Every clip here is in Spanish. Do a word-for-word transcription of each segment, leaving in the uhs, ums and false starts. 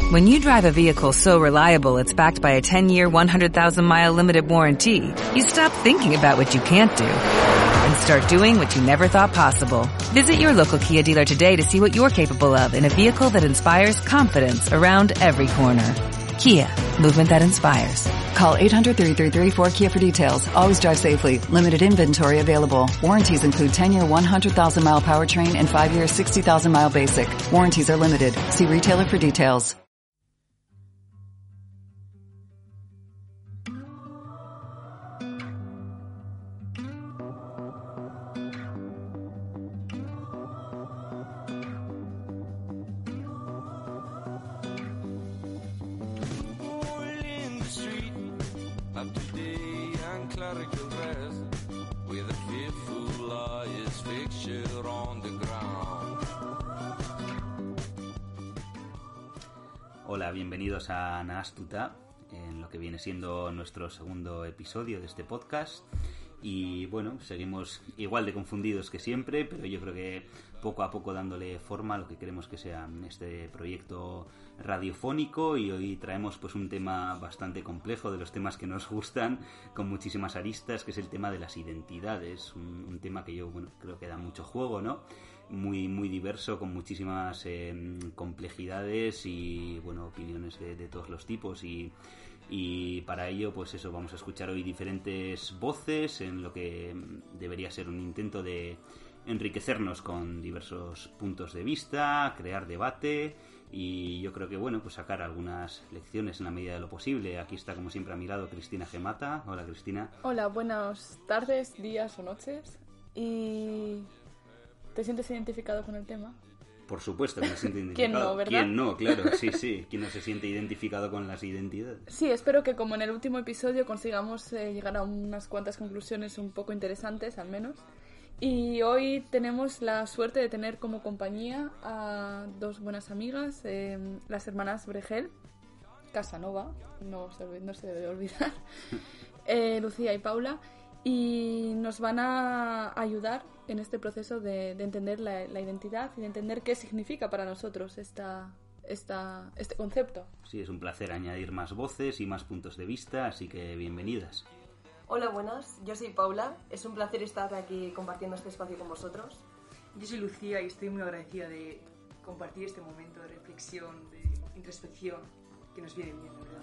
When you drive a vehicle so reliable it's backed by a ten-year, one hundred thousand mile limited warranty, you stop thinking about what you can't do and start doing what you never thought possible. Visit your local Kia dealer today to see what you're capable of in a vehicle that inspires confidence around every corner. Kia, movement that inspires. Call eight hundred, three three three, four K I A for details. Always drive safely. Limited inventory available. Warranties include ten-year, one hundred thousand mile powertrain and five-year, sixty thousand mile basic. Warranties are limited. See retailer for details. Hola, bienvenidos a Nahastuta, en lo que viene siendo nuestro segundo episodio de este podcast. Y bueno, seguimos igual de confundidos que siempre, pero yo creo que poco a poco dándole forma a lo que queremos que sea este proyecto radiofónico. Y hoy traemos pues un tema bastante complejo, de los temas que nos gustan, con muchísimas aristas, que es el tema de las identidades. Un, un tema que yo bueno creo que da mucho juego, ¿no? Muy, muy diverso, con muchísimas eh, complejidades y bueno opiniones de, de todos los tipos. Y Y para ello, pues eso, vamos a escuchar hoy diferentes voces en lo que debería ser un intento de enriquecernos con diversos puntos de vista, crear debate y yo creo que, bueno, pues sacar algunas lecciones en la medida de lo posible. Aquí está, como siempre, a mi lado Cristina Gemata. Hola, Cristina. Hola, buenas tardes, días o noches. ¿Y te sientes identificado con el tema? Por supuesto que me siento identificado. ¿Quién no, verdad? ¿Quién no? Claro, sí, sí. ¿Quién no se siente identificado con las identidades? Sí, espero que como en el último episodio consigamos eh, llegar a unas cuantas conclusiones un poco interesantes, al menos. Y hoy tenemos la suerte de tener como compañía a dos buenas amigas, eh, las hermanas Bregel, Casanova, no se, no se debe olvidar, eh, Lucía y Paula, y nos van a ayudar en este proceso de, de entender la, la identidad y de entender qué significa para nosotros esta, esta, este concepto. Sí, es un placer añadir más voces y más puntos de vista, así que bienvenidas. Hola, buenas, yo soy Paula, es un placer estar aquí compartiendo este espacio con vosotros. Yo soy Lucía y estoy muy agradecida de compartir este momento de reflexión, de introspección, que nos viene bien, de verdad.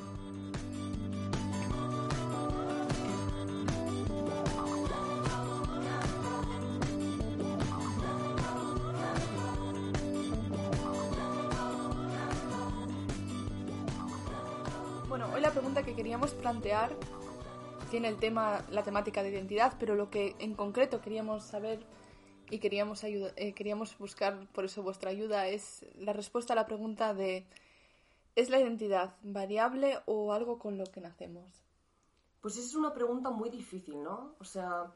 Bueno, hoy la pregunta que queríamos plantear tiene el tema, la temática de identidad, pero lo que en concreto queríamos saber y queríamos ayuda, eh, queríamos buscar por eso vuestra ayuda es la respuesta a la pregunta de ¿es la identidad variable o algo con lo que nacemos? Pues esa es una pregunta muy difícil, ¿no? O sea,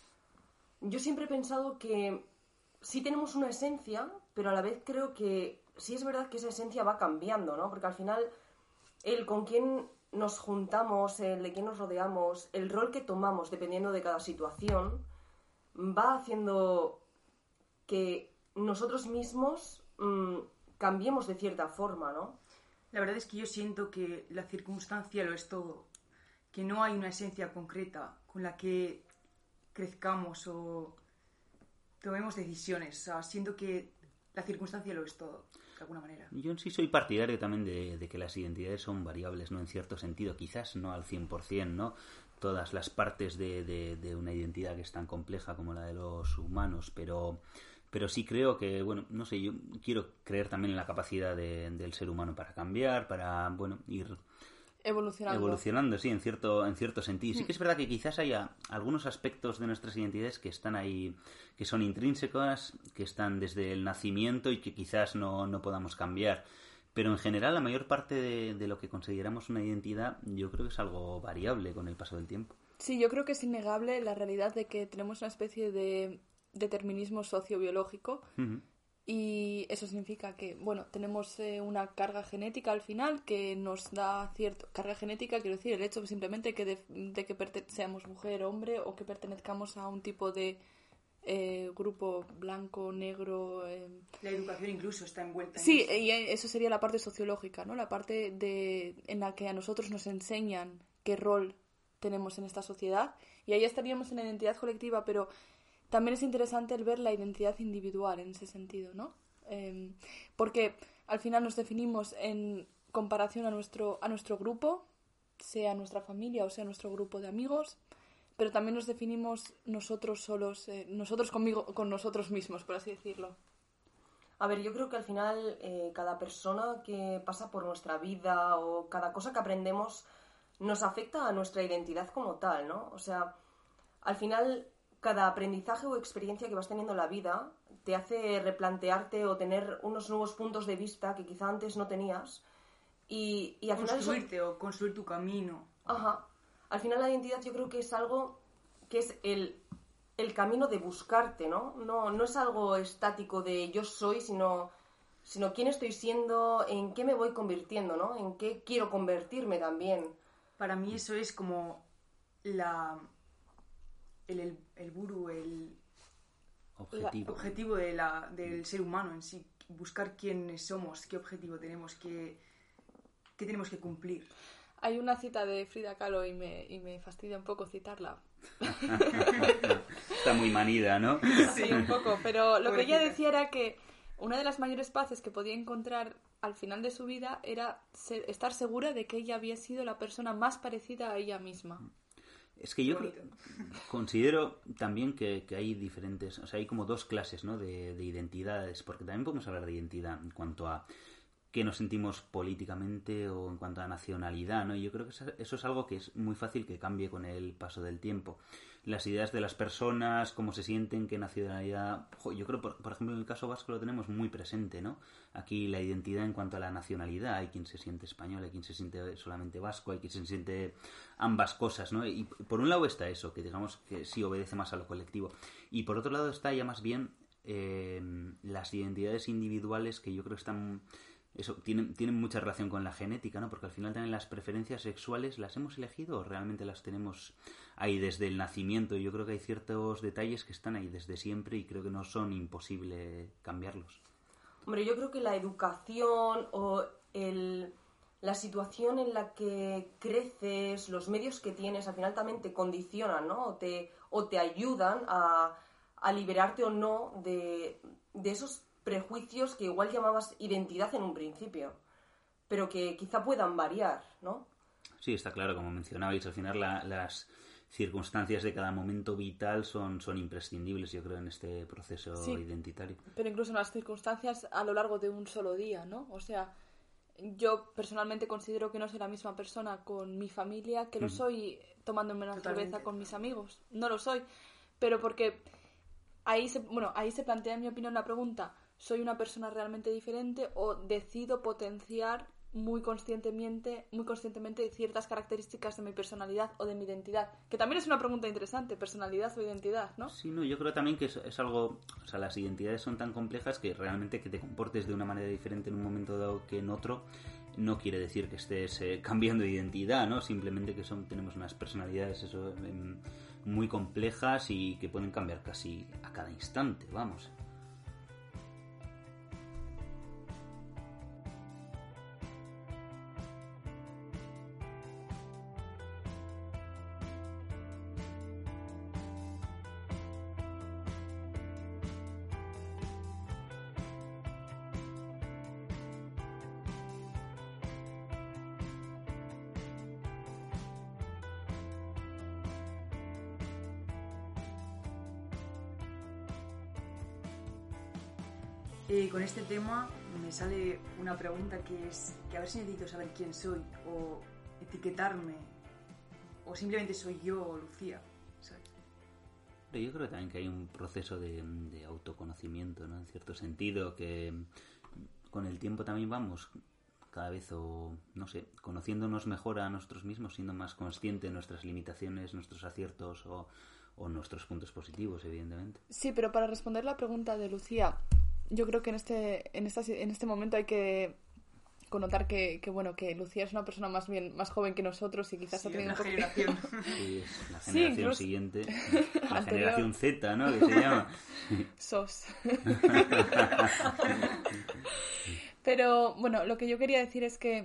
yo siempre he pensado que sí tenemos una esencia, pero a la vez creo que sí es verdad que esa esencia va cambiando, ¿no? Porque al final el con quién nos juntamos, el de quién nos rodeamos, el rol que tomamos dependiendo de cada situación, va haciendo que nosotros mismos mmm, cambiemos de cierta forma, ¿no? La verdad es que yo siento que la circunstancia lo es todo, que no hay una esencia concreta con la que crezcamos o tomemos decisiones. O sea, siento que la circunstancia lo es todo, de alguna manera. Yo sí soy partidario también de, de que las identidades son variables, ¿no? En cierto sentido, quizás no al cien por ciento, ¿no? Todas las partes de, de, de una identidad que es tan compleja como la de los humanos, pero, pero sí creo que, bueno, no sé, yo quiero creer también en la capacidad de, del ser humano para cambiar, para, bueno, ir Evolucionando. Evolucionando, sí, en cierto, en cierto sentido. Sí que es verdad que quizás haya algunos aspectos de nuestras identidades que están ahí, que son intrínsecas, que están desde el nacimiento y que quizás no, no podamos cambiar. Pero en general la mayor parte de, de lo que consideramos una identidad yo creo que es algo variable con el paso del tiempo. Sí, yo creo que es innegable la realidad de que tenemos una especie de determinismo sociobiológico. Uh-huh. Y eso significa que, bueno, tenemos eh, una carga genética al final que nos da cierto... Carga genética, quiero decir, el hecho simplemente que de, de que perte- seamos mujer, hombre, o que pertenezcamos a un tipo de eh, grupo blanco, negro... Eh... La educación incluso está envuelta en Sí, eso. y eso sería la parte sociológica, ¿no? La parte de en la que a nosotros nos enseñan qué rol tenemos en esta sociedad. Y ahí estaríamos en la identidad colectiva, pero también es interesante el ver la identidad individual en ese sentido, ¿no? Eh, porque al final nos definimos en comparación a nuestro, a nuestro grupo, sea nuestra familia o sea nuestro grupo de amigos, pero también nos definimos nosotros solos, eh, nosotros conmigo, con nosotros mismos, por así decirlo. A ver, yo creo que al final eh, cada persona que pasa por nuestra vida o cada cosa que aprendemos nos afecta a nuestra identidad como tal, ¿no? O sea, al final cada aprendizaje o experiencia que vas teniendo en la vida te hace replantearte o tener unos nuevos puntos de vista que quizá antes no tenías y, y al final eso... Construirte o construir tu camino. Ajá. Al final la identidad yo creo que es algo que es el, el camino de buscarte, ¿no? ¿no? No es algo estático de yo soy, sino, sino quién estoy siendo, en qué me voy convirtiendo, ¿no? En qué quiero convertirme también. Para mí eso es como la el, el, el gurú, el Objetivo. objetivo de la, del ser humano en sí. Buscar quiénes somos, qué objetivo tenemos, qué, qué tenemos que cumplir. Hay una cita de Frida Kahlo y me, y me fastidia un poco citarla. Está muy manida, ¿no? Sí, un poco. Pero lo que Pobrecita. ella decía era que una de las mayores paces que podía encontrar al final de su vida era ser, estar segura de que ella había sido la persona más parecida a ella misma. Es que yo creo, Bonito. considero también que, que hay diferentes, o sea, hay como dos clases, ¿no? de, de identidades, porque también podemos hablar de identidad en cuanto a qué nos sentimos políticamente o en cuanto a nacionalidad, ¿no? Y yo creo que eso, eso es algo que es muy fácil que cambie con el paso del tiempo. Las ideas de las personas, cómo se sienten, qué nacionalidad... Jo, yo creo, por, por ejemplo, en el caso vasco lo tenemos muy presente, ¿no? Aquí la identidad en cuanto a la nacionalidad, hay quien se siente español, hay quien se siente solamente vasco, hay quien se siente ambas cosas, ¿no? Y por un lado está eso, que digamos que sí obedece más a lo colectivo. Y por otro lado está ya más bien eh, las identidades individuales que yo creo que están... Eso tienen, tienen mucha relación con la genética, ¿no? Porque al final también las preferencias sexuales las hemos elegido o realmente las tenemos ahí desde el nacimiento. Yo creo que hay ciertos detalles que están ahí desde siempre y creo que no son imposible cambiarlos. Hombre, yo creo que la educación o el, la situación en la que creces, los medios que tienes, al final también te condicionan, ¿no? O te, o te ayudan a, a liberarte o no de, de esos prejuicios que igual llamabas identidad en un principio, pero que quizá puedan variar, ¿no? Sí, está claro, como mencionabais, al final la, las circunstancias de cada momento vital son, son imprescindibles, yo creo, en este proceso Sí. identitario. Pero incluso en las circunstancias a lo largo de un solo día, ¿no? O sea, yo personalmente considero que no soy la misma persona con mi familia que lo soy tomándome una Totalmente. cerveza con mis amigos. No lo soy. Pero porque ahí se, bueno, ahí se plantea, en mi opinión, la pregunta: ¿soy una persona realmente diferente o decido potenciar muy conscientemente, muy conscientemente ciertas características de mi personalidad o de mi identidad? Que también es una pregunta interesante, personalidad o identidad, ¿no? Sí, no, yo creo también que es, es algo, o sea, las identidades son tan complejas que realmente que te comportes de una manera diferente en un momento dado que en otro no quiere decir que estés eh, cambiando de identidad, ¿no? Simplemente que son tenemos unas personalidades eso em, muy complejas y que pueden cambiar casi a cada instante, vamos. Eh, con este tema me sale una pregunta que es que a ver si necesito saber quién soy o etiquetarme o simplemente soy yo, Lucía, ¿sabes? Pero yo creo también que hay un proceso de, de autoconocimiento, ¿no? En cierto sentido, que con el tiempo también vamos cada vez, o no sé, conociéndonos mejor a nosotros mismos, siendo más conscientes de nuestras limitaciones, nuestros aciertos o, o nuestros puntos positivos, evidentemente. Sí, pero para responder la pregunta de Lucía, yo creo que en este, en esta, en este momento hay que connotar que, que, bueno, que Lucía es una persona más bien más joven que nosotros y quizás Sí, ha tenido es un la poco... generación. Sí, es la Sí, generación incluso- siguiente, la Anterior. generación Z, ¿no? Que se llama. Sos. Pero, bueno, lo que yo quería decir es que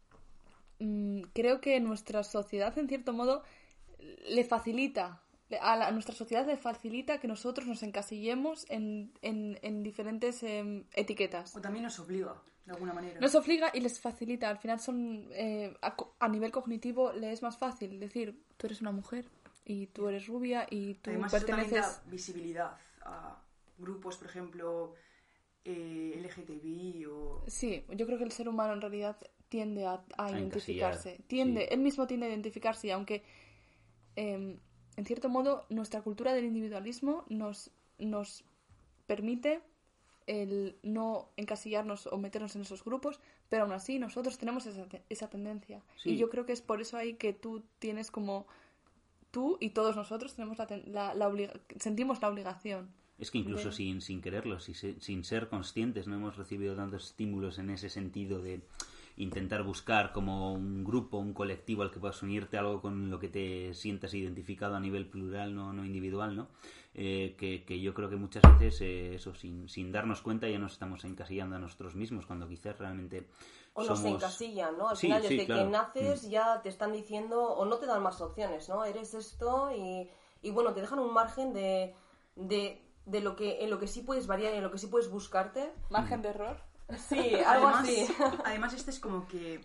mmm, creo que nuestra sociedad, en cierto modo, le facilita, a, la, a nuestra sociedad le facilita que nosotros nos encasillemos en, en, en diferentes eh, etiquetas. O también nos obliga, de alguna manera. Nos obliga y les facilita. Al final son eh, a, a nivel cognitivo le es más fácil decir, tú eres una mujer y tú eres rubia y tú Además, eso también perteneces... da visibilidad a grupos, por ejemplo, eh, L G T B I o... Sí, yo creo que el ser humano en realidad tiende a, a A identificarse. encasillar, Tiende, sí. él mismo tiende a identificarse y aunque eh, en cierto modo nuestra cultura del individualismo nos, nos permite el no encasillarnos o meternos en esos grupos, pero aún así nosotros tenemos esa, esa tendencia. Sí. Y yo creo que es por eso ahí que tú tienes como... Tú y todos nosotros tenemos la, ten- la, la obliga- sentimos la obligación. Es que incluso de- sin, sin quererlo, si se- sin ser conscientes, no hemos recibido tantos estímulos en ese sentido de intentar buscar como un grupo, un colectivo al que puedas unirte, algo con lo que te sientas identificado a nivel plural, no, no individual, ¿no? Eh, que, que yo creo que muchas veces eh, eso, sin, sin darnos cuenta ya nos estamos encasillando a nosotros mismos, cuando quizás realmente O somos... nos encasillan, ¿no? Al Sí, final, sí, desde claro. que naces Mm. ya te están diciendo, o no te dan más opciones, ¿no? Eres esto y, y bueno, te dejan un margen de, de, de lo que, en lo que sí puedes variar y en lo que sí puedes buscarte. Margen de error. Sí, algo Además, así. además, este es como que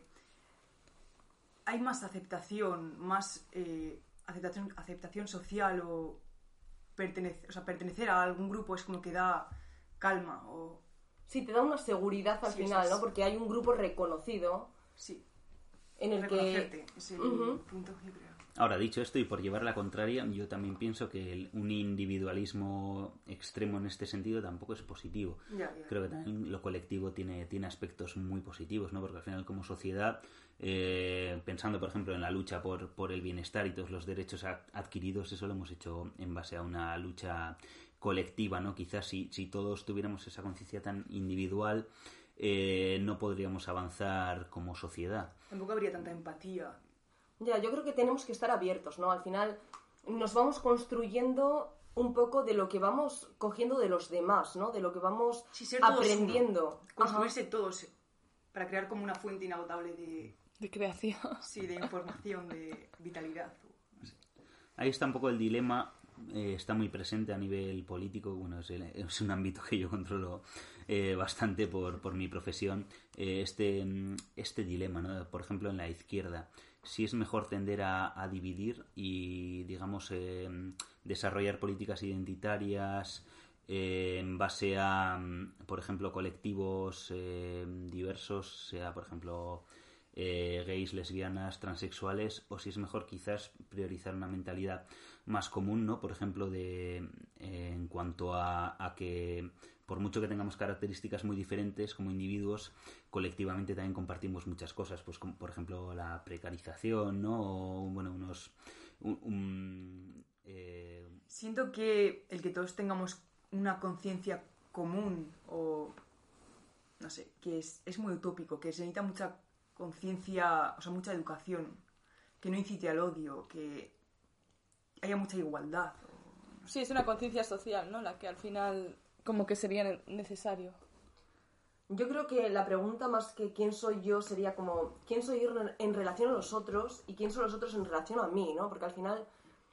hay más aceptación, más eh, aceptación, aceptación social o, pertenece, o sea, pertenecer a algún grupo es como que da calma o... Sí, te da una seguridad al Sí, eso final, es. ¿no? Porque hay un grupo reconocido Sí, en el que... reconocerte es el Ujú. punto, yo creo. Ahora, dicho esto, y por llevar la contraria, yo también pienso que el- un individualismo extremo en este sentido tampoco es positivo. Ya, ya. Creo que también lo colectivo tiene, tiene aspectos muy positivos, ¿no? Porque al final, como sociedad, eh, pensando, por ejemplo, en la lucha por, por el bienestar y todos los derechos ad- adquiridos, eso lo hemos hecho en base a una lucha colectiva, ¿no? Quizás si, si todos tuviéramos esa conciencia tan individual, eh, no podríamos avanzar como sociedad. Tampoco habría tanta empatía. Ya, yo creo que tenemos que estar abiertos, ¿no? Al final nos vamos construyendo un poco de lo que vamos cogiendo de los demás, ¿no? De lo que vamos Sí, ser todos aprendiendo. uno. Construirse todos para crear como una fuente inagotable de, De creación. sí, de información, de vitalidad. o no sé. Ahí está un poco el dilema, eh, está muy presente a nivel político, bueno, es, el- es un ámbito que yo controlo eh, bastante por, por mi profesión, eh, este, mm, este dilema, ¿no? Por ejemplo, en la izquierda, si es mejor tender a, a dividir y, digamos, eh, desarrollar políticas identitarias eh, en base a, mm, por ejemplo, colectivos eh, diversos, sea, por ejemplo, eh, gays, lesbianas, transexuales, o si es mejor quizás priorizar una mentalidad más común, ¿no? Por ejemplo, de eh, en cuanto a, a que por mucho que tengamos características muy diferentes como individuos, colectivamente también compartimos muchas cosas, pues como por ejemplo la precarización, ¿no? O bueno, unos un, un, eh, Siento que el que todos tengamos una conciencia común o no sé, que es, es muy utópico, que se necesita mucha conciencia, o sea, mucha educación, que no incite al odio, que haya mucha igualdad. o- Sí, es una conciencia social, ¿no? La que al final como que sería ne- necesario. Yo creo que la pregunta más que quién soy yo sería como quién soy yo en- en relación a los otros y quién son los otros en relación a mí, ¿no? Porque al final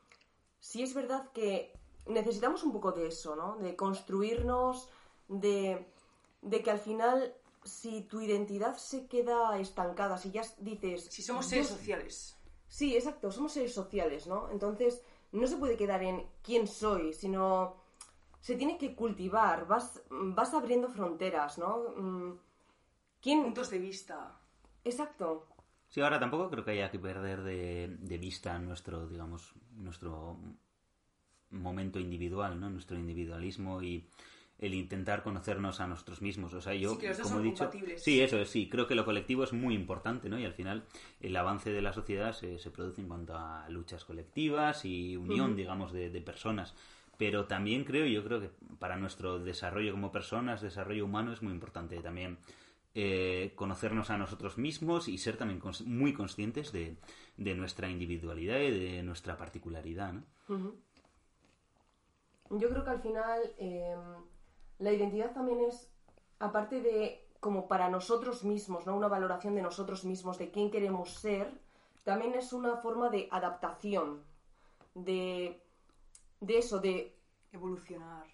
sí es verdad que necesitamos un poco de eso, ¿no? De construirnos, de, de que al final si tu identidad se queda estancada, si ya dices... Si somos yo- seres sociales. Sí, exacto, somos seres sociales, ¿no? Entonces no se puede quedar en quién soy, sino se tiene que cultivar, vas, vas abriendo fronteras, ¿no? Mm, ¿Quién? Puntos de vista. Exacto. Sí, ahora tampoco creo que haya que perder de, de vista nuestro, digamos, nuestro momento individual, ¿no? Nuestro individualismo y el intentar conocernos a nosotros mismos. O sea, yo, Sí, que los dos como he son dicho... compatibles. Sí, eso es, sí. Creo que lo colectivo es muy importante, ¿no? Y al final el avance de la sociedad se, se produce en cuanto a luchas colectivas y unión, digamos, de, de personas. Pero también creo, yo creo que para nuestro desarrollo como personas, desarrollo humano, es muy importante también eh, conocernos a nosotros mismos y ser también cons- muy conscientes de, de nuestra individualidad y de nuestra particularidad, ¿no? Uh-huh. Yo creo que al final eh, la identidad también es, aparte de como para nosotros mismos, ¿no? Una valoración de nosotros mismos, de quién queremos ser, también es una forma de adaptación, de, de eso, de evolucionar.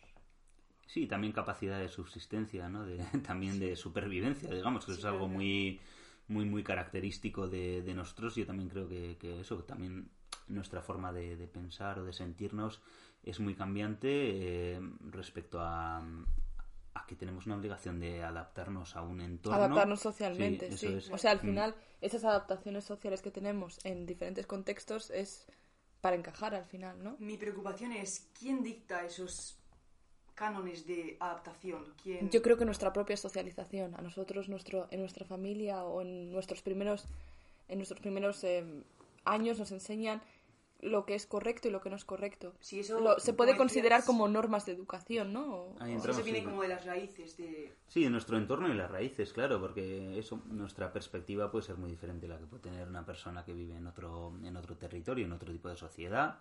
Sí, también capacidad de subsistencia, ¿no? De, también de supervivencia, digamos, que Sí, es algo claro. muy, muy, muy característico de, de nosotros. Yo también creo que, que eso, también nuestra forma de, de pensar o de sentirnos es muy cambiante eh, respecto a, a que tenemos una obligación de adaptarnos a un entorno. Adaptarnos socialmente, Sí, sí. eso es. O sea, al Mm. final, esas adaptaciones sociales que tenemos en diferentes contextos es para encajar al final, ¿no? Mi preocupación es quién dicta esos cánones de adaptación. ¿Quién... Yo creo que nuestra propia socialización, a nosotros, nuestro, en nuestra familia o en nuestros primeros, en nuestros primeros eh, años nos enseñan lo que es correcto y lo que no es correcto. Si eso, Lo- se puede como considerar decías, como normas de educación, ¿no? O- Ahí si entramos, eso viene sí. como de las raíces de... Sí, de nuestro entorno y las raíces, claro, porque eso, nuestra perspectiva puede ser muy diferente a la que puede tener una persona que vive en otro, en otro territorio, en otro tipo de sociedad,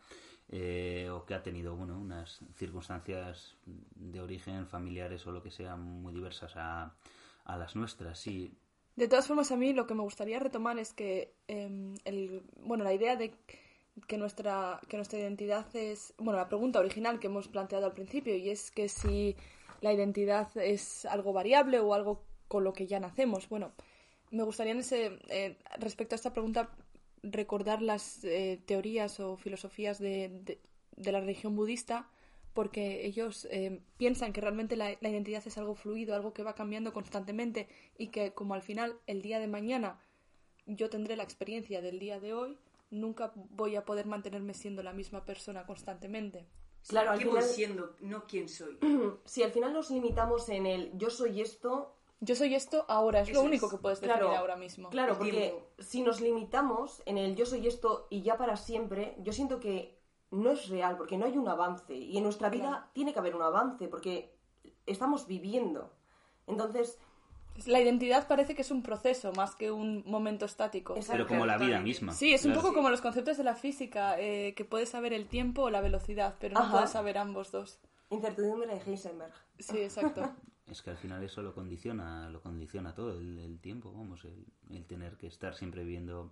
eh, o que ha tenido, bueno, unas circunstancias de origen familiares o lo que sea muy diversas a, a las nuestras, sí. De todas formas, a mí lo que me gustaría retomar es que eh, el, bueno, la idea de que nuestra, que nuestra identidad es... Bueno, la pregunta original que hemos planteado al principio, y es que si la identidad es algo variable o algo con lo que ya nacemos. Bueno, me gustaría en ese, eh, respecto a esta pregunta recordar las eh, teorías o filosofías de, de, de la religión budista, porque ellos eh, piensan que realmente la, la identidad es algo fluido, algo que va cambiando constantemente y que como al final el día de mañana yo tendré la experiencia del día de hoy, nunca voy a poder mantenerme siendo la misma persona constantemente. Claro, al ¿Qué final- voy siendo? No quién soy. si al final nos limitamos en el yo soy esto, Yo soy esto ahora, es Eso lo único es. que puedes definir claro, ahora mismo. claro, El porque tiempo. si nos limitamos en el yo soy esto y ya para siempre, yo siento que no es real, porque no hay un avance. Y en nuestra vida Claro. tiene que haber un avance, porque estamos viviendo. Entonces, La identidad parece que es un proceso más que un momento estático. Exacto. Pero como la vida Totalmente. misma. Sí, es un claro. poco como los conceptos de la física, eh, que puedes saber el tiempo o la velocidad, pero no Ajá. puedes saber ambos dos. incertidumbre de Heisenberg. Sí, exacto. Es que al final eso lo condiciona, lo condiciona todo, el, el tiempo, vamos, el, el tener que estar siempre viviendo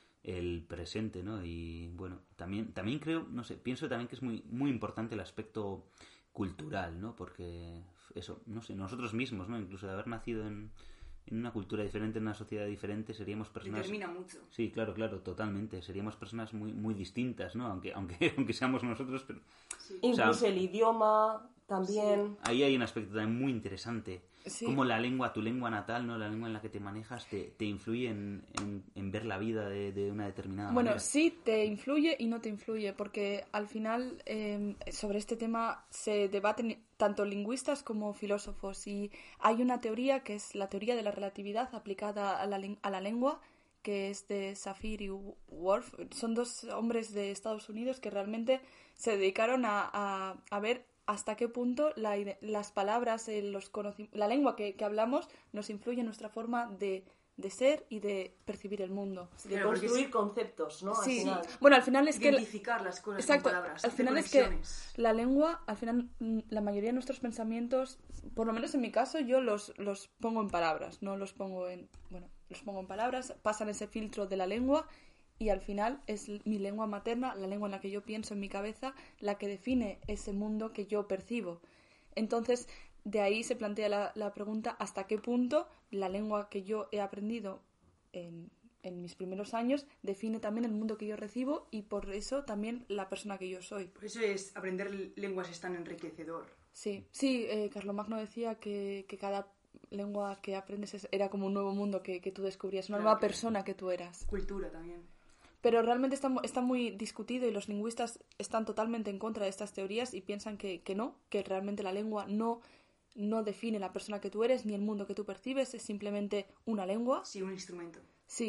el presente, ¿no? Y bueno, también, también creo, no sé, pienso también que es muy, muy importante el aspecto cultural, ¿no? Porque eso, no sé, nosotros mismos, ¿no? Incluso de haber nacido en, en una cultura diferente, en una sociedad diferente, seríamos personas... Determina mucho. Sí, claro, claro, totalmente. Seríamos personas muy, muy distintas, ¿no? Aunque, aunque, aunque seamos nosotros, pero Incluso sea, el idioma también. ahí hay un aspecto también muy interesante. Sí. Cómo la lengua, tu lengua natal, ¿no? La lengua en la que te manejas, te, te influye en, en, en ver la vida de, de una determinada Bueno, manera. sí te influye y no te influye, porque al final eh, sobre este tema se debaten tanto lingüistas como filósofos, y hay una teoría que es la teoría de la relatividad aplicada a la, len- a la lengua, que es de Safir y Wolf. Son dos hombres de Estados Unidos que realmente se dedicaron a, a, a ver hasta qué punto la ide- las palabras, eh, los conoci- la lengua que, que hablamos nos influye en nuestra forma de, de ser y de percibir el mundo. De Claro, porque construir es- conceptos, ¿no? Al Sí, final. bueno, al final es que... la- Identificar las cosas Exacto, con palabras. al hacer final es que conexiones. la lengua, al final mm, la mayoría de nuestros pensamientos, por lo menos en mi caso, yo los, los pongo en palabras, no los pongo en... Bueno, los pongo en palabras, pasan ese filtro de la lengua y al final es l- mi lengua materna, la lengua en la que yo pienso en mi cabeza, la que define ese mundo que yo percibo. Entonces, de ahí se plantea la, la pregunta hasta qué punto la lengua que yo he aprendido en, en mis primeros años define también el mundo que yo recibo y por eso también la persona que yo soy. Por eso es aprender lenguas es tan enriquecedor. Sí, sí, eh, Carlomagno decía que, que cada lengua que aprendes es- era como un nuevo mundo que, que tú descubrías, una Claro, nueva claro. persona que tú eras. Cultura también. Pero realmente está, mu- está muy discutido y los lingüistas están totalmente en contra de estas teorías y piensan que, que no, que realmente la lengua no, no define la persona que tú eres ni el mundo que tú percibes, es simplemente una lengua. Sí, un instrumento. Sí,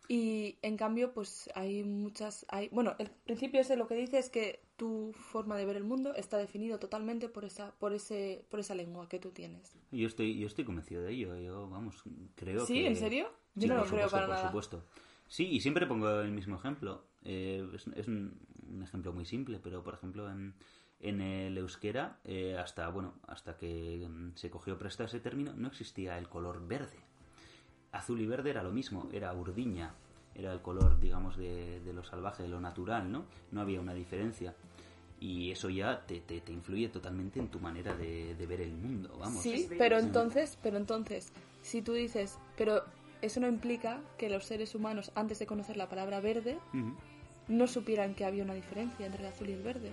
Y en cambio, pues hay muchas... Hay, bueno, el principio ese lo que dice es que tu forma de ver el mundo está definido totalmente por esa, por ese, por esa lengua que tú tienes. Yo estoy, yo estoy convencido de ello. Yo, vamos, creo ¿Sí? que... ¿En serio? Yo Sí, no lo por creo supuesto, para por nada. supuesto. Sí, y siempre pongo el mismo ejemplo. Eh, es es un, un ejemplo muy simple, pero por ejemplo en, en el euskera, eh, hasta bueno hasta que mm, se cogió presta ese término, no existía el color verde. Azul y verde era lo mismo, era urdiña, era el color, digamos, de, de lo salvaje, de lo natural, ¿no? No había una diferencia. Y eso ya te, te, te influye totalmente en tu manera de, de ver el mundo, vamos. Sí, pero entonces, pero entonces, si tú dices, pero eso no implica que los seres humanos, antes de conocer la palabra verde, Uh-huh. no supieran que había una diferencia entre el azul y el verde.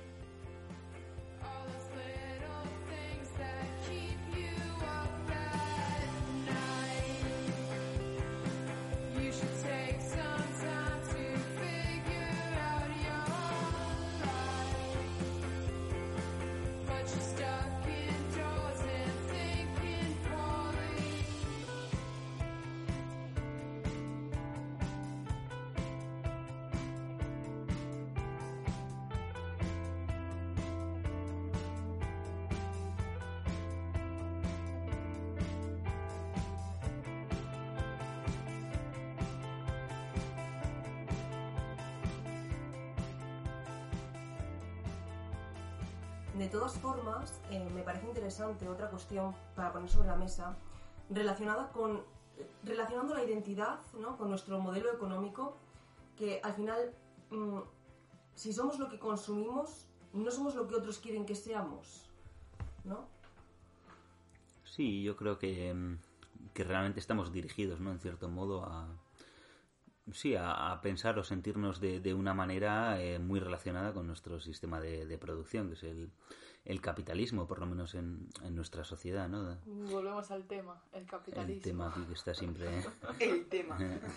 De todas formas, eh, me parece interesante otra cuestión para poner sobre la mesa, relacionada con, relacionando la identidad, ¿no?, con nuestro modelo económico, que al final, mmm, si somos lo que consumimos, no somos lo que otros quieren que seamos, ¿no? Sí, yo creo que, que realmente estamos dirigidos, ¿no?, en cierto modo a... Sí, a, a pensar o sentirnos de, de una manera eh, muy relacionada con nuestro sistema de, de producción, que es el, el capitalismo, por lo menos en, en nuestra sociedad, ¿no? Volvemos al tema, el capitalismo. El tema aquí que está siempre... El tema.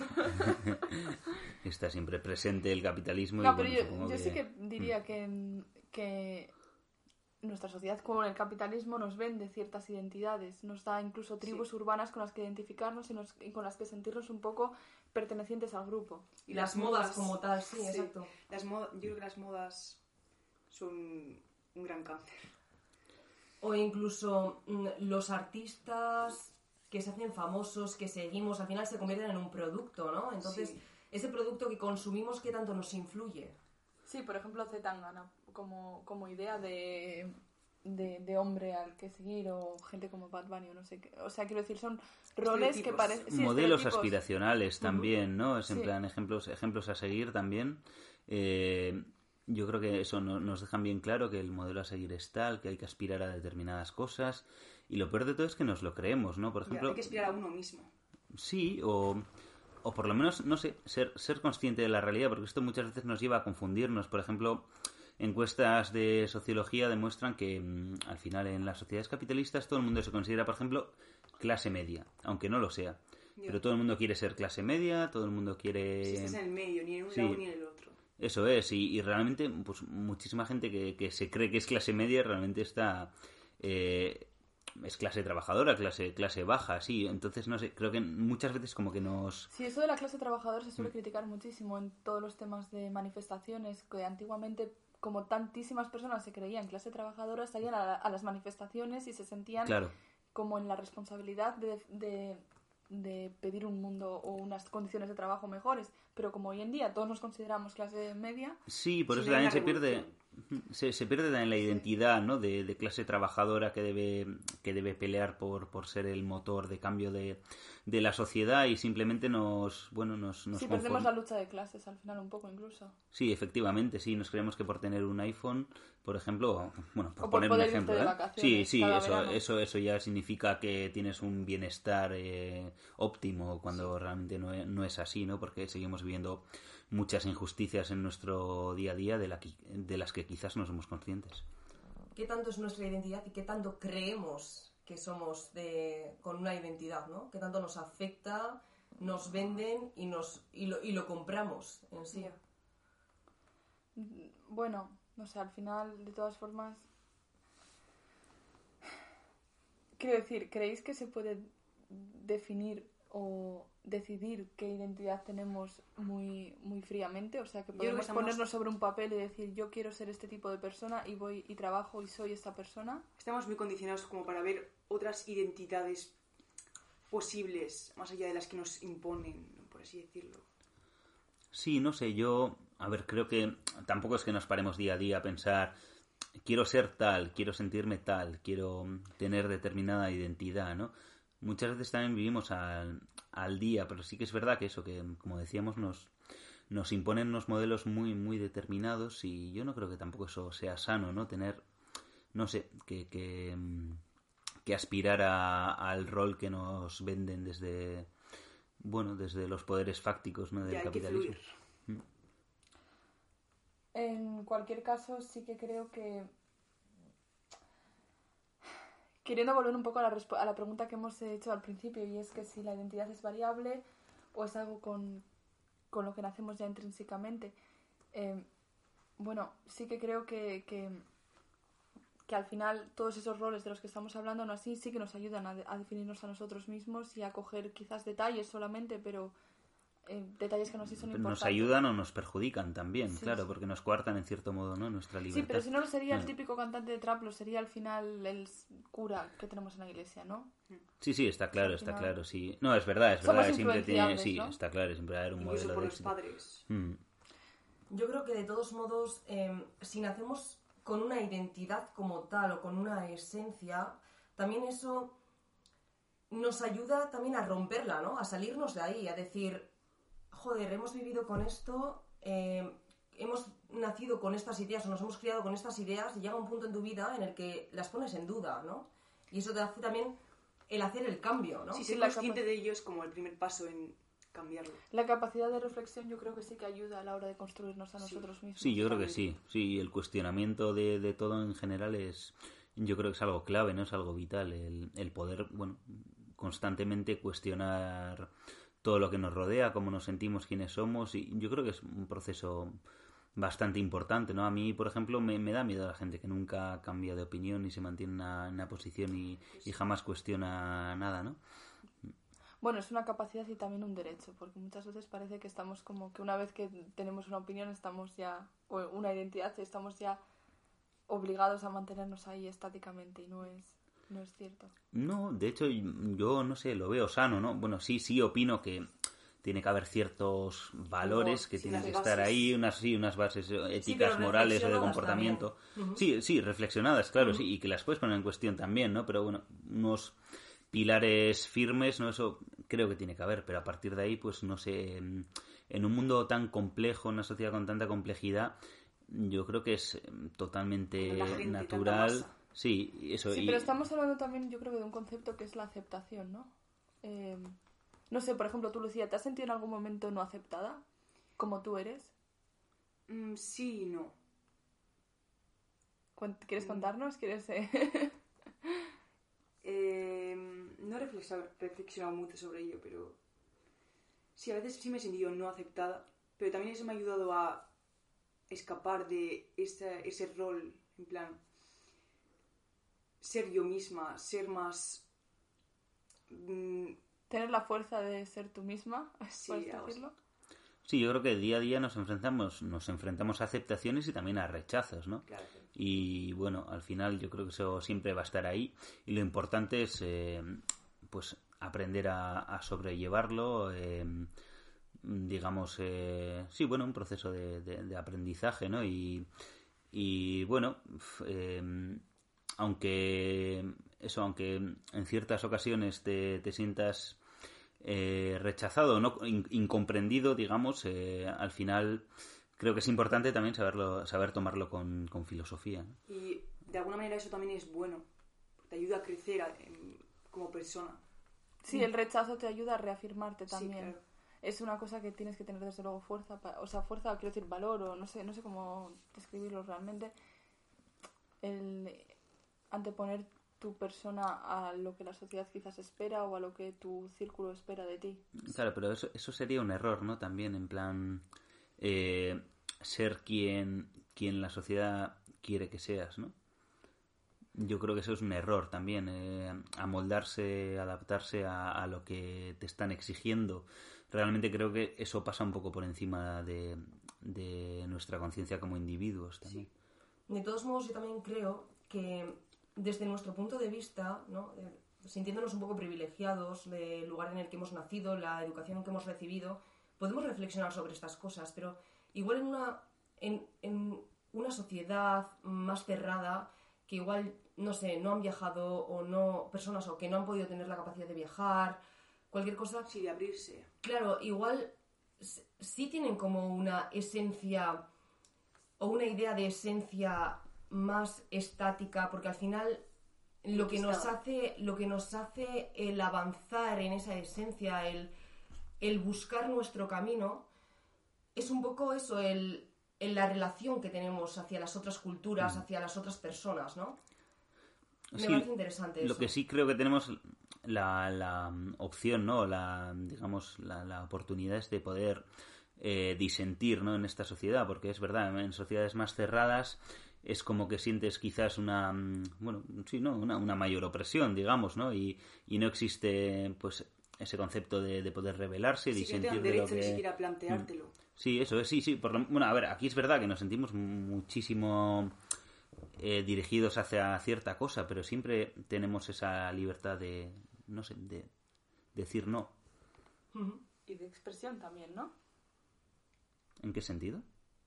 Está siempre presente el capitalismo. No, y, pero bueno, yo, supongo yo que... sí que diría que, que nuestra sociedad con el capitalismo nos vende ciertas identidades, nos da incluso tribus Sí. urbanas con las que identificarnos y, nos, y con las que sentirnos un poco pertenecientes al grupo. Y las modas como tal, sí, sí. exacto. Las modas, yo creo que las modas son un gran cáncer. O incluso mm, los artistas que se hacen famosos, que seguimos, al final se convierten en un producto, ¿no? Entonces, Sí. ese producto que consumimos, ¿qué tanto nos influye? Sí, por ejemplo, Zetangana, como, como idea de, de, de hombre al que seguir, o gente como Bad Bunny, o no sé qué. O sea, quiero decir, son roles que Estereotipos. parecen... sí, Modelos estereotipos. aspiracionales también, ¿no? Es en Sí. plan ejemplos, ejemplos a seguir también. Eh, yo creo que eso no- nos dejan bien claro que el modelo a seguir es tal, que hay que aspirar a determinadas cosas. Y lo peor de todo es que nos lo creemos, ¿no? Por Ya, ejemplo, hay que aspirar a uno mismo. sí, o, o por lo menos, no sé, ser, ser consciente de la realidad, porque esto muchas veces nos lleva a confundirnos. Por ejemplo, encuestas de sociología demuestran que mm, al final en las sociedades capitalistas todo el mundo se considera, por ejemplo, clase media, aunque no lo sea. Ya. Pero todo el mundo quiere ser clase media, todo el mundo quiere... Si estás en el medio, ni en un sí. lado ni en el otro. Eso es, y, y realmente pues muchísima gente que, que se cree que es clase media realmente está... eh, es clase trabajadora, clase clase baja, sí. Entonces, no sé, creo que muchas veces como que nos... Sí, eso de la clase trabajadora se Mm. suele criticar muchísimo en todos los temas de manifestaciones, que antiguamente, como tantísimas personas se creían clase trabajadora, salían a, a las manifestaciones y se sentían Claro, como en la responsabilidad de, de, de pedir un mundo o unas condiciones de trabajo mejores. Pero como hoy en día todos nos consideramos clase media, sí, por Sí, eso no hay también una se pierde... revolución. Se, se pierde también la identidad, ¿no? De, de clase trabajadora que debe, que debe pelear por, por ser el motor de cambio de, de la sociedad y simplemente nos, bueno, nos, nos sí, perdemos conform- la lucha de clases al final un poco incluso. Sí, efectivamente, sí, nos creemos que por tener un iPhone, por ejemplo, o- bueno, por O por poner un poder irte ejemplo, de ¿eh? vacaciones Sí, sí, cada eso, verano. eso, eso ya significa que tienes un bienestar eh, óptimo cuando realmente no es, no es así, ¿no? Porque seguimos viviendo muchas injusticias en nuestro día a día de, la, qui- de las que quizás no somos conscientes. ¿Qué tanto es nuestra identidad y qué tanto creemos que somos de, con una identidad, ¿no? ¿Qué tanto nos afecta, nos venden y, nos, y, lo, y lo compramos en sí? Bueno, no sé, al final, de todas formas... Quiero decir, ¿creéis que se puede definir o decidir qué identidad tenemos muy, muy fríamente, o sea que Yo creo que podemos estamos- ponernos sobre un papel y decir yo quiero ser este tipo de persona y voy y trabajo y soy esta persona. Estamos muy condicionados como para ver otras identidades posibles, más allá de las que nos imponen, por así decirlo. Sí, no sé, yo, a ver, creo que tampoco es que nos paremos día a día a pensar, quiero ser tal, quiero sentirme tal, quiero tener determinada identidad, ¿no? Muchas veces también vivimos al, al día, pero sí que es verdad que eso, que como decíamos, nos, nos imponen unos modelos muy, muy determinados y yo no creo que tampoco eso sea sano, ¿no? Tener, no sé, que, que, que aspirar a, al rol que nos venden desde, bueno, desde los poderes fácticos, ¿no? Del Ya hay que capitalismo. fluir. En cualquier caso, sí que creo que... Queriendo volver un poco a la, resp- a la pregunta que hemos hecho al principio, y es que si la identidad es variable o es algo con, con lo que nacemos ya intrínsecamente. Eh, bueno, sí que creo que, que, que al final todos esos roles de los que estamos hablando, aún así, sí que nos ayudan a, de- a definirnos a nosotros mismos y a coger quizás detalles solamente, pero eh, detalles que no sí son Nos importantes. ayudan o nos perjudican también, Sí, claro, sí. porque nos coartan en cierto modo, ¿no? Nuestra libertad. Sí, pero si no lo sería el Ah. típico cantante de trap, lo sería al final el cura que tenemos en la iglesia, ¿no? Sí, sí, está claro, Al está final- claro, sí. No, es verdad, es Somos verdad, siempre tiene, influenciables, sí, ¿no? está claro, siempre va a haber un Incluso modelo por de los éxito. padres. Mm. Yo creo que de todos modos, eh, si nacemos con una identidad como tal o con una esencia, también eso nos ayuda también a romperla, ¿no? A salirnos de ahí, a decir, joder, hemos vivido con esto, eh, hemos nacido con estas ideas o nos hemos criado con estas ideas y llega un punto en tu vida en el que las pones en duda, ¿no? Y eso te hace también el hacer el cambio, ¿no? Sí, Sí, ser la consciente capa- de ello es como el primer paso en cambiarlo. La capacidad de reflexión yo creo que sí que ayuda a la hora de construirnos a Sí. nosotros mismos. Sí, yo creo que sí. Sí, el cuestionamiento de, de todo en general es, yo creo que es algo clave, ¿no? Es algo vital, el, el poder, bueno, constantemente cuestionar todo lo que nos rodea, cómo nos sentimos, quiénes somos, y yo creo que es un proceso bastante importante, ¿no? A mí, por ejemplo, me, me da miedo la gente que nunca cambia de opinión y se mantiene en una, en una posición y, y jamás cuestiona nada, ¿no? Bueno, es una capacidad y también un derecho, porque muchas veces parece que estamos como que una vez que tenemos una opinión estamos ya, o una identidad, estamos ya obligados a mantenernos ahí estáticamente y no es, no es cierto. No, de hecho, yo no sé, lo veo sano, ¿no? Bueno, sí, sí opino que tiene que haber ciertos valores Como, que sí, tienen las que estar bases. ahí, unas sí, unas bases éticas, pero morales o de reflexionadas comportamiento. también. Ujú. Sí, sí, reflexionadas, claro, sí, y que las puedes poner en cuestión también, ¿no? Pero bueno, unos pilares firmes, ¿no? Eso creo que tiene que haber, pero a partir de ahí, pues no sé, en, en un mundo tan complejo, en una sociedad con tanta complejidad, yo creo que es em, totalmente Con la gente, tanta natural. masa. Sí, eso. Sí, y- pero estamos hablando también, yo creo que de un concepto que es la aceptación, ¿no? Eh, no sé, por ejemplo, tú, Lucía, ¿te has sentido en algún momento no aceptada? Como tú eres. Mm, sí y no. Cuen- Mm. ¿Quieres contarnos? ¿Quieres...? eh? Eh, no he reflexionado, reflexionado mucho sobre ello, pero sí, a veces sí me he sentido no aceptada, pero también eso me ha ayudado a escapar de esa, ese rol, en plan, ser yo misma, ser más... mm, Tener la fuerza de ser tú misma, Sí, ¿puedes algo así. decirlo? Sí, yo creo que día a día nos enfrentamos, nos enfrentamos a aceptaciones y también a rechazos, ¿no? claro, claro. Y bueno, al final yo creo que eso siempre va a estar ahí y lo importante es eh, pues aprender a, a sobrellevarlo, eh, digamos, eh, sí, bueno, un proceso de, de- de aprendizaje, ¿no? Y, y bueno, f- eh, aunque eso, aunque en ciertas ocasiones te, te sientas eh, rechazado, no in- incomprendido, digamos, eh, al final creo que es importante también saberlo, saber tomarlo con, con filosofía, ¿no? Y de alguna manera eso también es bueno, porque te ayuda a crecer a- en- como persona. Sí, el rechazo te ayuda a reafirmarte Sí, también. claro. Es una cosa que tienes que tener desde luego fuerza, pa- o sea, fuerza, quiero decir, valor, o no sé, no sé cómo describirlo realmente. El anteponer tu persona a lo que la sociedad quizás espera o a lo que tu círculo espera de ti. Claro, pero eso, eso sería un error, ¿no? También, en plan, eh, ser quien, quien la sociedad quiere que seas, ¿no? yo creo que eso es un error también, eh, amoldarse, adaptarse a, a lo que te están exigiendo. Realmente creo que eso pasa un poco por encima de, de nuestra conciencia como individuos también. Sí. De todos modos, yo también creo que desde nuestro punto de vista, ¿no? Eh, sintiéndonos un poco privilegiados del lugar en el que hemos nacido, la educación que hemos recibido, podemos reflexionar sobre estas cosas, pero igual en una, en, en una sociedad más cerrada, que igual, no sé, no han viajado o no, personas o que no han podido tener la capacidad de viajar, cualquier cosa. Sí, de abrirse. Claro, igual sí tienen como una esencia o una idea de esencia más estática, porque al final lo que nos hace, lo que nos hace el avanzar en esa esencia, el, el buscar nuestro camino, es un poco eso, el, el la relación que tenemos hacia las otras culturas, mm. hacia las otras personas, ¿no? Me sí, parece interesante eso. Lo que sí creo que tenemos la, la opción, ¿no? La, digamos, la, la oportunidad es de poder eh, disentir, ¿no? En esta sociedad, porque es verdad, en sociedades más cerradas es como que sientes quizás una, bueno, sí, ¿no? Una, una mayor opresión, digamos, ¿no? Y, y no existe, pues, ese concepto de, de poder rebelarse, sí, disentir que te dan de derecho lo que... ni siquiera planteártelo. Sí, eso es, sí, sí. Por lo... Bueno, a ver, aquí es verdad que nos sentimos muchísimo eh, dirigidos hacia cierta cosa, pero siempre tenemos esa libertad de, no sé, de decir no. Uh-huh. Y de expresión también, ¿no? ¿En qué sentido?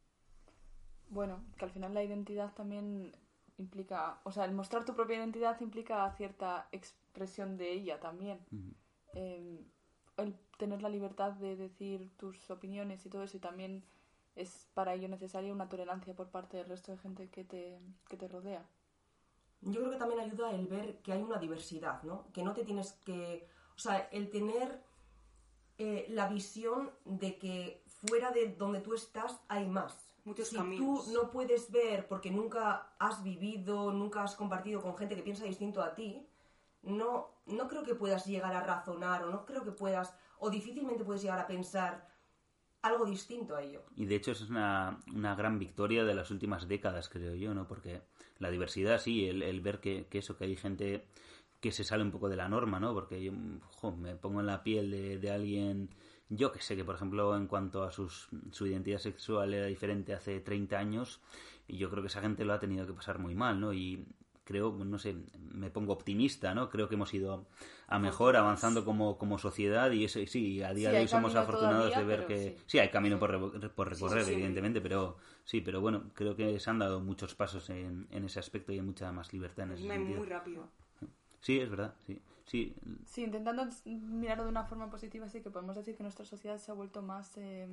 Bueno, que al final la identidad también implica... O sea, el mostrar tu propia identidad implica cierta expresión de ella también. Uh-huh. Eh, el tener la libertad de decir tus opiniones y todo eso, y también es para ello necesaria una tolerancia por parte del resto de gente que te, que te rodea. Yo creo que también ayuda el ver que hay una diversidad, ¿no? Que no te tienes que... O sea, el tener eh, la visión de que fuera de donde tú estás hay más. Muchos si caminos. Tú no puedes ver porque nunca has vivido, nunca has compartido con gente que piensa distinto a ti, no, no creo que puedas llegar a razonar o no creo que puedas, o difícilmente puedes llegar a pensar algo distinto a ello. Y de hecho eso es una, una gran victoria de las últimas décadas, creo yo, ¿no? Porque la diversidad, sí, el, el ver que, que eso, que hay gente que se sale un poco de la norma, ¿no? Porque yo jo, me pongo en la piel de, de alguien... Yo que sé que, por ejemplo, en cuanto a sus, su identidad sexual era diferente hace treinta años, y yo creo que esa gente lo ha tenido que pasar muy mal, ¿no? Y creo, no sé, me pongo optimista, ¿no? Creo que hemos ido a mejor, avanzando como, como sociedad, y eso, sí, a día sí, de hoy somos afortunados todavía, de ver que... Sí. sí, hay camino por, re, por recorrer, sí, sí, evidentemente, sí. pero sí, pero bueno, creo que se han dado muchos pasos en, en ese aspecto y hay mucha más libertad en ese muy, sentido. Muy rápido. Sí, es verdad, sí. Sí. sí, intentando mirarlo de una forma positiva, sí que podemos decir que nuestra sociedad se ha vuelto más... Eh,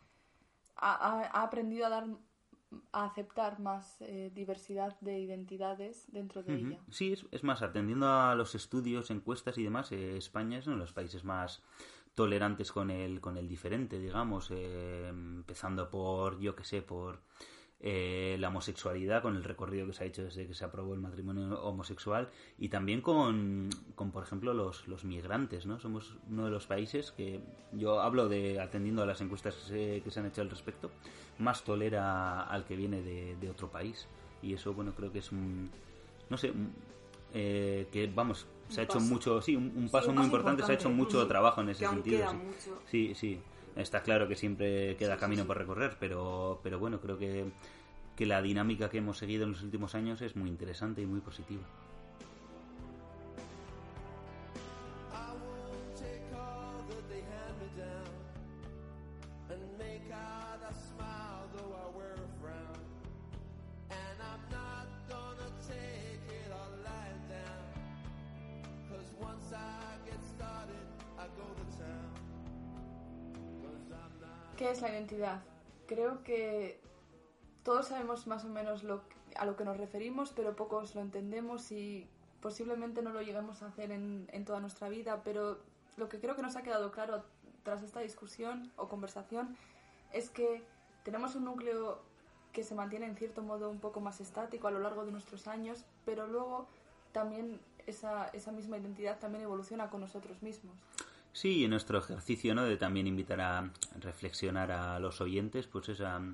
ha, ha aprendido a dar... a aceptar más eh, diversidad de identidades dentro de uh-huh. ella. Sí, es, es más, atendiendo a los estudios, encuestas y demás, eh, España es uno de los países más tolerantes con el, con el diferente, digamos, eh, empezando por, yo qué sé, por eh, la homosexualidad, con el recorrido que se ha hecho desde que se aprobó el matrimonio homosexual, y también con, con por ejemplo, los, los migrantes, ¿no? Somos uno de los países que, yo hablo de, atendiendo a las encuestas que se, que se han hecho al respecto, más tolera al que viene de, de otro país. Y eso, bueno, creo que es un... No sé, un, eh, que vamos, se un ha hecho paso. mucho... Sí, un, un paso sí, un muy importante, importante, se ha hecho mucho sí, trabajo en ese que sentido. Queda sí. mucho. sí, sí. Está claro que siempre queda sí, camino sí, sí. por recorrer, pero, pero bueno, creo que, que la dinámica que hemos seguido en los últimos años es muy interesante y muy positiva. ¿Qué es la identidad? Creo que todos sabemos más o menos lo, a lo que nos referimos, pero pocos lo entendemos y posiblemente no lo lleguemos a hacer en, en toda nuestra vida, pero lo que creo que nos ha quedado claro tras esta discusión o conversación es que tenemos un núcleo que se mantiene en cierto modo un poco más estático a lo largo de nuestros años, pero luego también esa, esa misma identidad también evoluciona con nosotros mismos. Sí, y en nuestro ejercicio, ¿no?, de también invitar a reflexionar a los oyentes, pues esa,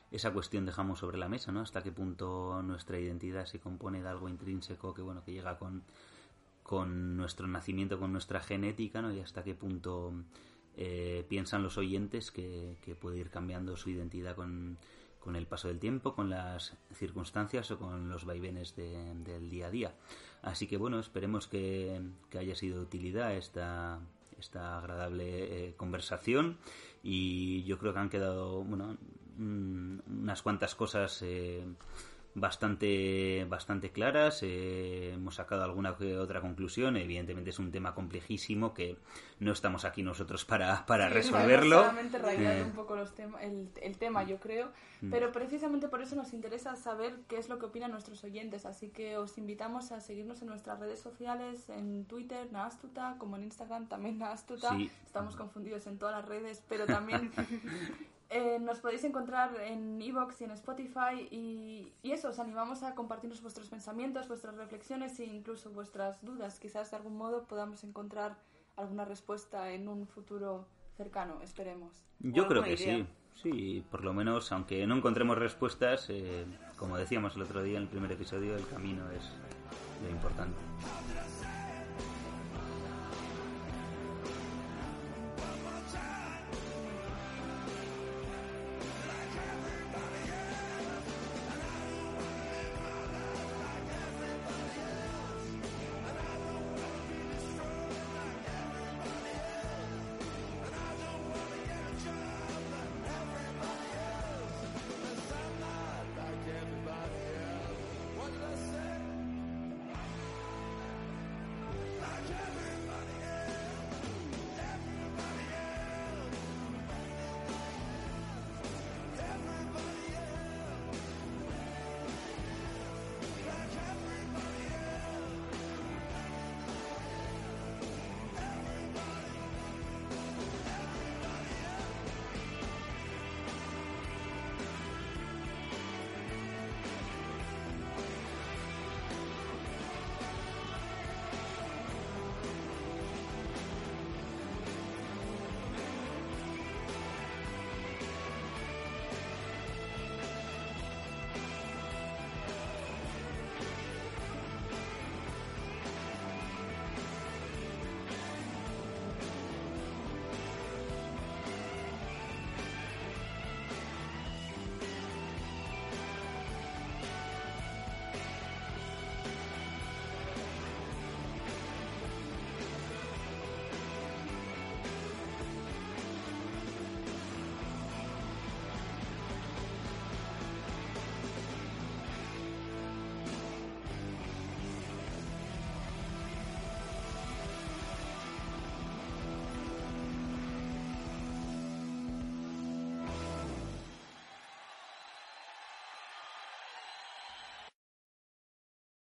esa cuestión dejamos sobre la mesa, ¿no? Hasta qué punto nuestra identidad se compone de algo intrínseco que, bueno, que llega con, con nuestro nacimiento, con nuestra genética, ¿no? Y hasta qué punto eh, piensan los oyentes que, que puede ir cambiando su identidad con, con el paso del tiempo, con las circunstancias o con los vaivenes de, del día a día. Así que, bueno, esperemos que, que haya sido de utilidad esta, esta agradable eh, conversación, y yo creo que han quedado, bueno, unas cuantas cosas eh, bastante bastante claras. Eh, hemos sacado alguna que otra conclusión. Evidentemente es un tema complejísimo que no estamos aquí nosotros para, para sí, resolverlo. Solamente rayando eh. un poco los tema, el, el tema, yo creo. Mm. Pero precisamente por eso nos interesa saber qué es lo que opinan nuestros oyentes. Así que os invitamos a seguirnos en nuestras redes sociales, en Twitter, Nahastuta, como en Instagram también Nahastuta. Sí. Estamos confundidos en todas las redes, pero también... Eh, nos podéis encontrar en iVoox y en Spotify, y, y eso, os animamos a compartirnos vuestros pensamientos, vuestras reflexiones e incluso vuestras dudas. Quizás de algún modo podamos encontrar alguna respuesta en un futuro cercano, esperemos. Yo creo que idea. sí, sí, por lo menos, aunque no encontremos respuestas, eh, como decíamos el otro día en el primer episodio, el camino es lo importante.